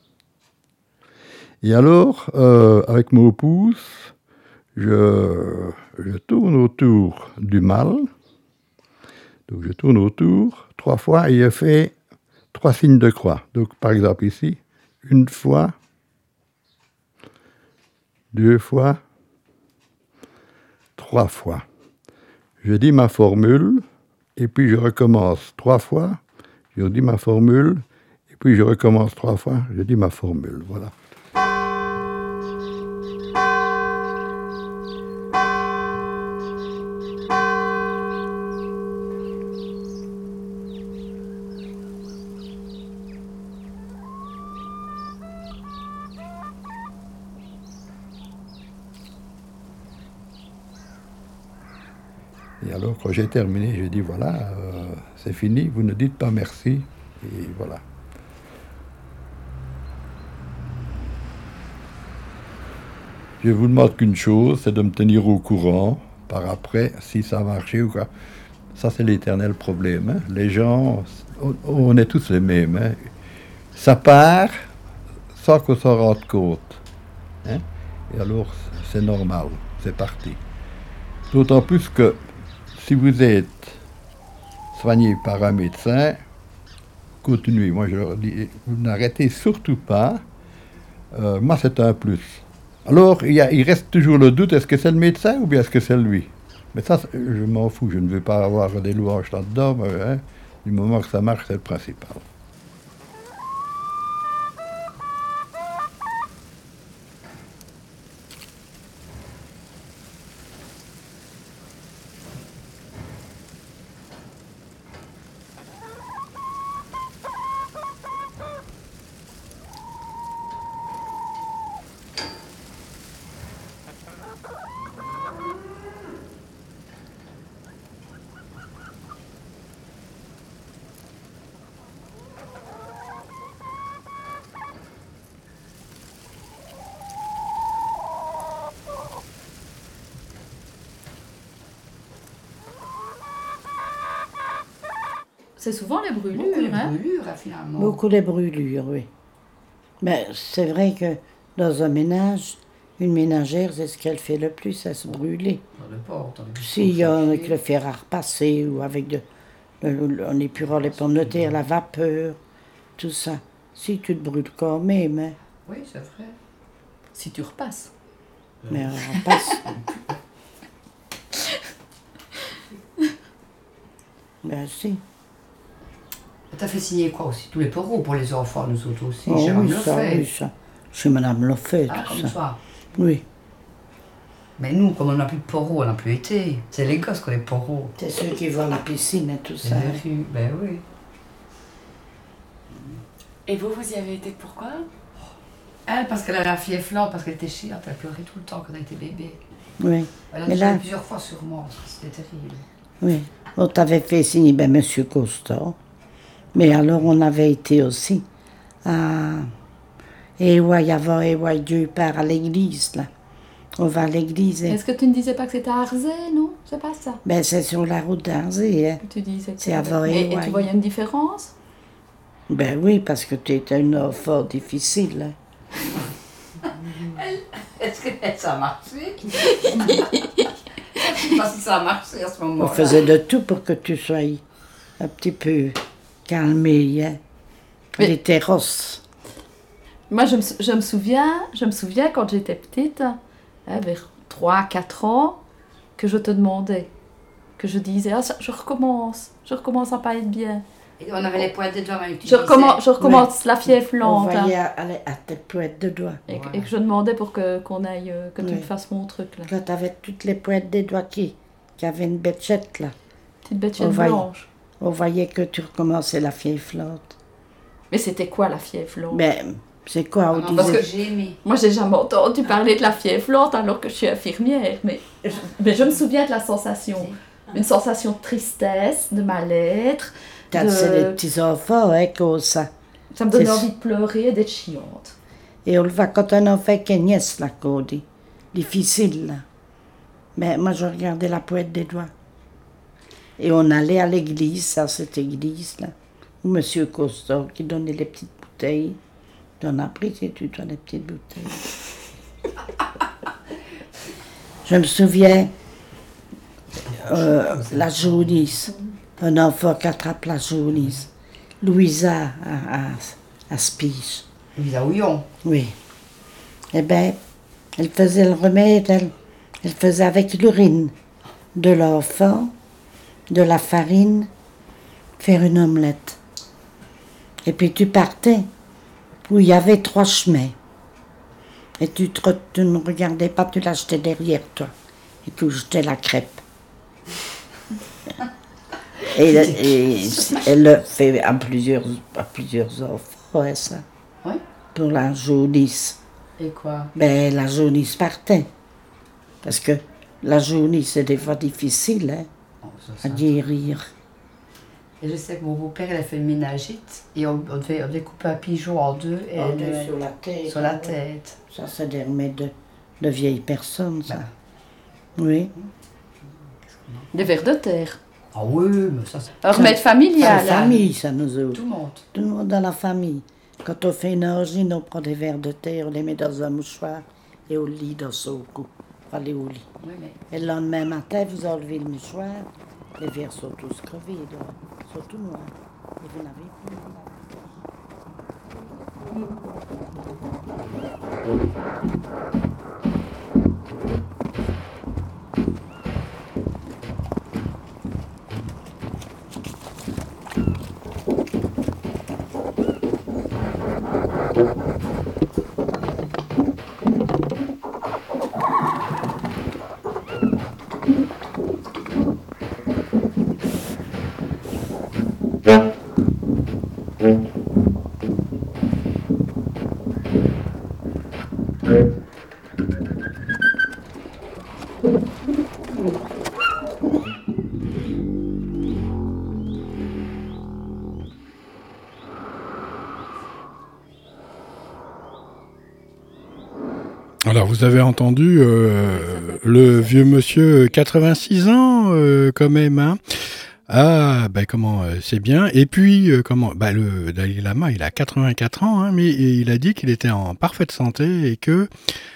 Et alors, euh, avec mon pouce, je, je tourne autour du mal. Donc, je tourne autour trois fois et je fais trois signes de croix. Donc, par exemple, ici, une fois, deux fois, trois fois. Je dis ma formule, et puis je recommence trois fois. Je dis ma formule, et puis je recommence trois fois. Je dis ma formule, voilà. Et alors, quand j'ai terminé, j'ai dit, voilà, euh, c'est fini, vous ne dites pas merci, et voilà. Je vous demande qu'une chose, c'est de me tenir au courant, par après, si ça a marché ou quoi. Ça, c'est l'éternel problème. Hein. Les gens, on, on est tous les mêmes. Hein. Ça part sans qu'on s'en rende compte. Hein. Et alors, c'est normal, c'est parti. D'autant plus que, si vous êtes soigné par un médecin, continuez. Moi, je leur dis, vous n'arrêtez surtout pas. Euh, moi, c'est un plus. Alors, il, y a, il reste toujours le doute, est-ce que c'est le médecin ou bien est-ce que c'est lui? Mais ça, je m'en fous, je ne veux pas avoir des louanges là-dedans, mais hein, du moment que ça marche, c'est le principal. C'est souvent les brûlures, Beaucoup les hein? brûlures, finalement. Beaucoup de brûlures, oui. Mais c'est vrai que dans un ménage, une ménagère, c'est ce qu'elle fait le plus, c'est se brûler. Dans le port, dans le S'il y a avec le fer à repasser ou avec de, le, en épurant les pommes de terre, la vapeur, tout ça. Si tu te brûles quand même, hein. Oui, c'est vrai. Si tu repasses. Mais on repasse. Ben si. T'as fait signer quoi aussi? Tous les poros pour les enfants, nous autres aussi. Oh, Chez oui, Madame ça, Lefebvre. oui, ça. Chez Madame Lefebvre, Ah, tout comme ça. ça. Oui. Mais nous, comme on n'a plus de poros, on n'a plus été. C'est les gosses qui ont les poros. C'est ceux qui vont à la piscine et tout ça. Bien sûr, ben oui. Et vous, vous y avez été pourquoi? Elle, parce qu'elle a la fièvre là, parce qu'elle était chiante, elle pleurait tout le temps quand elle était bébé. Oui. Elle a Mais déjà là, plusieurs fois sur moi, parce que c'était terrible. oui. On t'avait fait signer, ben, Monsieur Costa. Mais alors, on avait été aussi à. Et ouais, avant, et ouais, Dieu part à l'église, là. On va à l'église. Et... Est-ce que tu ne disais pas que c'était à Arzay, non? C'est pas ça. Ben, c'est sur la route d'Arzé, hein. Tu disais que C'est avant et, et Ewaï. tu voyais une différence? Ben oui, parce que tu étais une enfant difficile, hein. Est-ce que ça a marché? Je ne sais pas si ça a marché à ce moment-là. On faisait de tout pour que tu sois un petit peu calmé, hein. Mais- Les terrasses. Moi, je me, sou- je me souviens, je me souviens quand j'étais petite, hein, vers trois quatre ans, que je te demandais, que je disais, ah, ça, je recommence, je recommence à pas être bien. Et on avait les pointes des doigts, mais Je recommence, je recommence la fièvre On lente. hein. voyait aller à tes pointes de doigts. Et, que- et que je demandais pour que, qu'on aille, euh, que tu Oui. me fasses mon truc là. Là, t'avais toutes les pointes des doigts qui, qui avaient une béchette, là. Petite bête On voyait- blanche. On voyait que tu recommençais la fièvre lente. Mais c'était quoi la fièvre lente? Ben, C'est quoi, on Ah, parce disait que j'ai aimé. Moi, j'ai jamais entendu parler de la fièvre lente alors que je suis infirmière. Mais je, mais je me souviens de la sensation. Une sensation de tristesse, de mal-être. Quand de... c'est les petits enfants, hein, comme ça. Ça me donnait C'est- envie de pleurer et d'être chiante. Et on le voit quand un enfant qui est nièce, là, qu'on dit. Difficile, là. Mais moi, je regardais la pointe des doigts. Et on allait à l'église, à cette église-là, où M. Costa, qui donnait les petites bouteilles. Tu en as pris, sais-tu, toi, les petites bouteilles. Je me souviens, euh, la jaunisse, un enfant qui attrape la jaunisse. Louisa à, à, à Spiche. Louisa Houillon. Oui. Eh bien, elle faisait le remède, elle, elle faisait avec l'urine de l'enfant, de la farine, faire une omelette. Et puis tu partais où il y avait trois chemins. Et tu, te, tu ne regardais pas, tu l'achetais derrière toi. Et tu jetais la crêpe. Et, et elle le fait à plusieurs, à plusieurs enfants, ouais, ça. Oui. Pour la jaunisse. Et quoi? Ben, la jaunisse partait. Parce que la jaunisse, c'est des fois difficile, hein, Oh, ça, ça. à guérir. Et je sais que mon beau-père, il a fait une méningite et on, on, devait, on devait couper un pigeon en deux et En le- deux sur la tête. sur la tête. Ça, c'est des remèdes de, de vieilles personnes, ça. Oui. Des vers de terre. Ah oui, mais ça c'est... Un remède C'est familial. la famille, ça nous autres. Tout le monde. Tout le monde dans la famille. Quand on fait une angine, on prend des vers de terre, on les met dans un mouchoir et on lit dans son cou. Pour aller au lit. Oui, mais... Et le lendemain matin, vous enlevez le mouchoir, les vers sont tous crevés, dehors, sont tout noirs. Et vous n'avez plus. Alors, vous avez entendu euh, le vieux monsieur, quatre-vingt-six ans, euh, quand même, hein. Ah, ben comment, euh, c'est bien. Et puis, euh, comment, bah, le Dalai Lama, il a quatre-vingt-quatre ans, hein, mais il a dit qu'il était en parfaite santé et que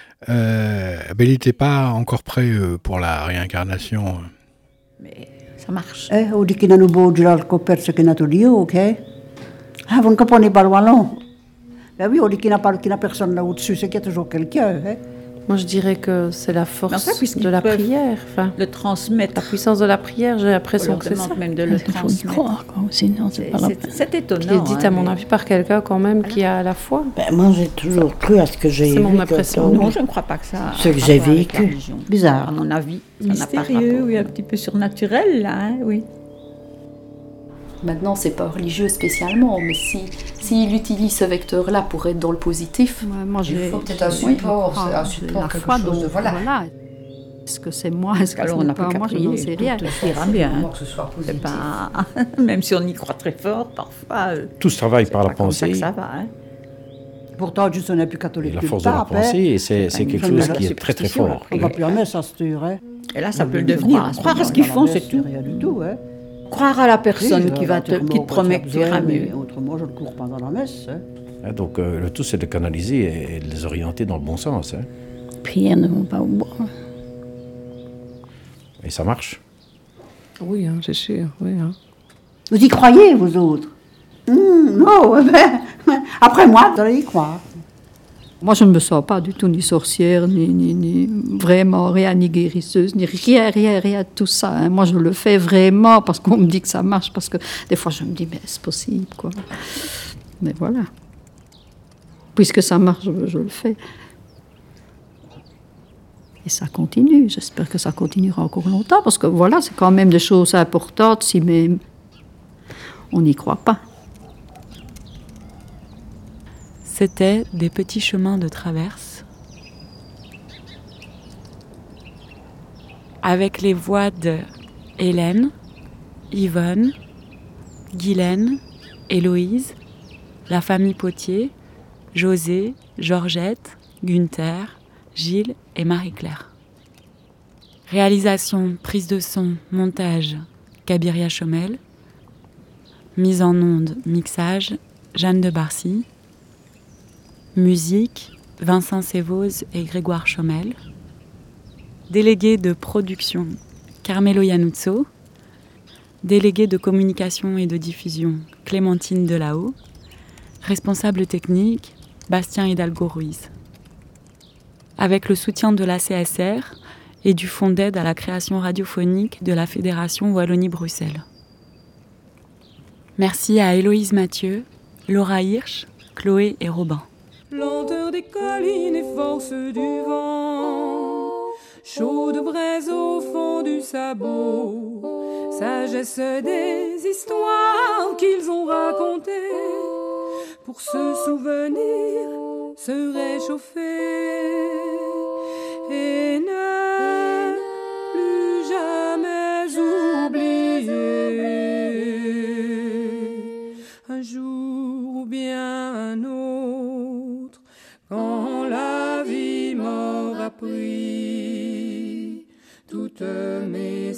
euh, ben, il n'était pas encore prêt euh, pour la réincarnation. Mais ça marche. Eh, on dit qu'il y a un beau de l'alcool perce qui n'a tout dit, ok? Ah, vous ne comprenez pas le wallon? Ben oui, on dit qu'il n'y a, pas- qu'il n'y a personne là au-dessus, c'est qu'il y a toujours quelqu'un, hein? Moi, je dirais que c'est la force Enfin, puisqu'ils de la peuvent prière. Enfin, le transmettre. la puissance de la prière, j'ai On l'impression leur que c'est ça. demande même de le Il faut y transmettre. croire, quoi, sinon c'est C'est- pas la c'est- peine. C'est étonnant. Qui est dite, hein, à mon mais- avis, par quelqu'un quand même qui a la foi. Ben, moi, j'ai toujours cru à ce que j'ai C'est vu. mon quand impression. on- Non, je ne crois pas que ça. a Ce que rapport j'ai avec la vécu. religion. Bizarre. À mon avis, ça n'a pas Mystérieux, rapport. oui, un petit peu surnaturel, là, hein, oui. Maintenant, c'est pas religieux spécialement, mais si s'il utilise ce vecteur-là pour être dans le positif, Ouais, moi, Il j'ai- faut peut-être un oui, support, ah, c'est un j'ai support, la quelque foi, chose donc de- voilà. Est-ce que c'est moi, est-ce que Alors, ce on n'est n'a pas plus qu'à moi, je prier, n'en sais rien. tout ira bien. hein. que ce soit C'est positif. pas... Même si on y croit très fort, parfois, euh, Tout se travaille par la pas comme ça que pensée ça va. hein. Pourtant, juste on n'est plus et catholique la que le force de la pape, hein. pensée, et c'est c'est une quelque forme de chose qui la est très très superstition, fort. On va plus en messe, ça se tire, hein. Et là, ça peut le Je devenir. crois à ce Croire à ce moment-là, qu'ils dans la font, messe, c'est tout. rien du tout, hein. Croire à la personne Oui, qui, euh, va te, l'enterrement, qui te quand promet tu que as tu iras besoin, mieux. mais autrement, je ne cours pas dans la messe, hein. Hein, donc euh, le tout, c'est de canaliser et, et de les orienter dans le bon sens. Hein. Prière ne vont pas au bois. Et ça marche. Oui, hein, c'est sûr. Oui, hein. Vous y croyez, vous autres? Hum, Non, eh ben, après moi, vous allez y croire. Moi, je ne me sens pas du tout ni sorcière, ni, ni, ni vraiment rien, ni guérisseuse, ni rien, rien, rien de tout ça. hein. Moi, je le fais vraiment parce qu'on me dit que ça marche, parce que des fois, je me dis, mais c'est possible, quoi. Mais voilà. Puisque ça marche, je, je le fais. Et ça continue. J'espère que ça continuera encore longtemps, parce que voilà, c'est quand même des choses importantes, si même on n'y croit pas. C'était des petits chemins de traverse avec les voix de Hélène, Yvonne, Guylaine, Héloïse, la famille Potier, José, Georgette, Gunther, Gilles et Marie-Claire. Réalisation, prise de son, montage, Kabiria Chomel. Mise en onde, mixage, Jeanne de Barcy. Musique, Vincent Sévoz et Grégoire Chomel. Délégué de production, Carmelo Iannuzzo. Délégué de communication et de diffusion, Clémentine Delahaut. Responsable technique, Bastien Hidalgo Ruiz. Avec le soutien de la C S R et du Fonds d'aide à la création radiophonique de la Fédération Wallonie-Bruxelles. Merci à Héloïse Mathieu, Laura Hirsch, Chloé et Robin. Lenteur des collines et force du vent, chaude braise au fond du sabot, sagesse des histoires qu'ils ont racontées, pour se souvenir, se réchauffer et ne plus jamais oublier un jour ou bien un autre, quand la vie m'aura pris toutes mes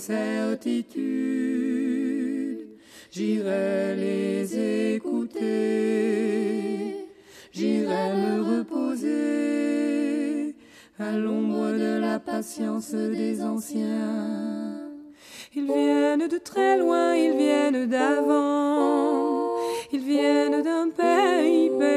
certitudes, j'irai les écouter, j'irai me reposer à l'ombre de la patience des anciens. Ils viennent de très loin, ils viennent d'avant, ils viennent d'un pays, pays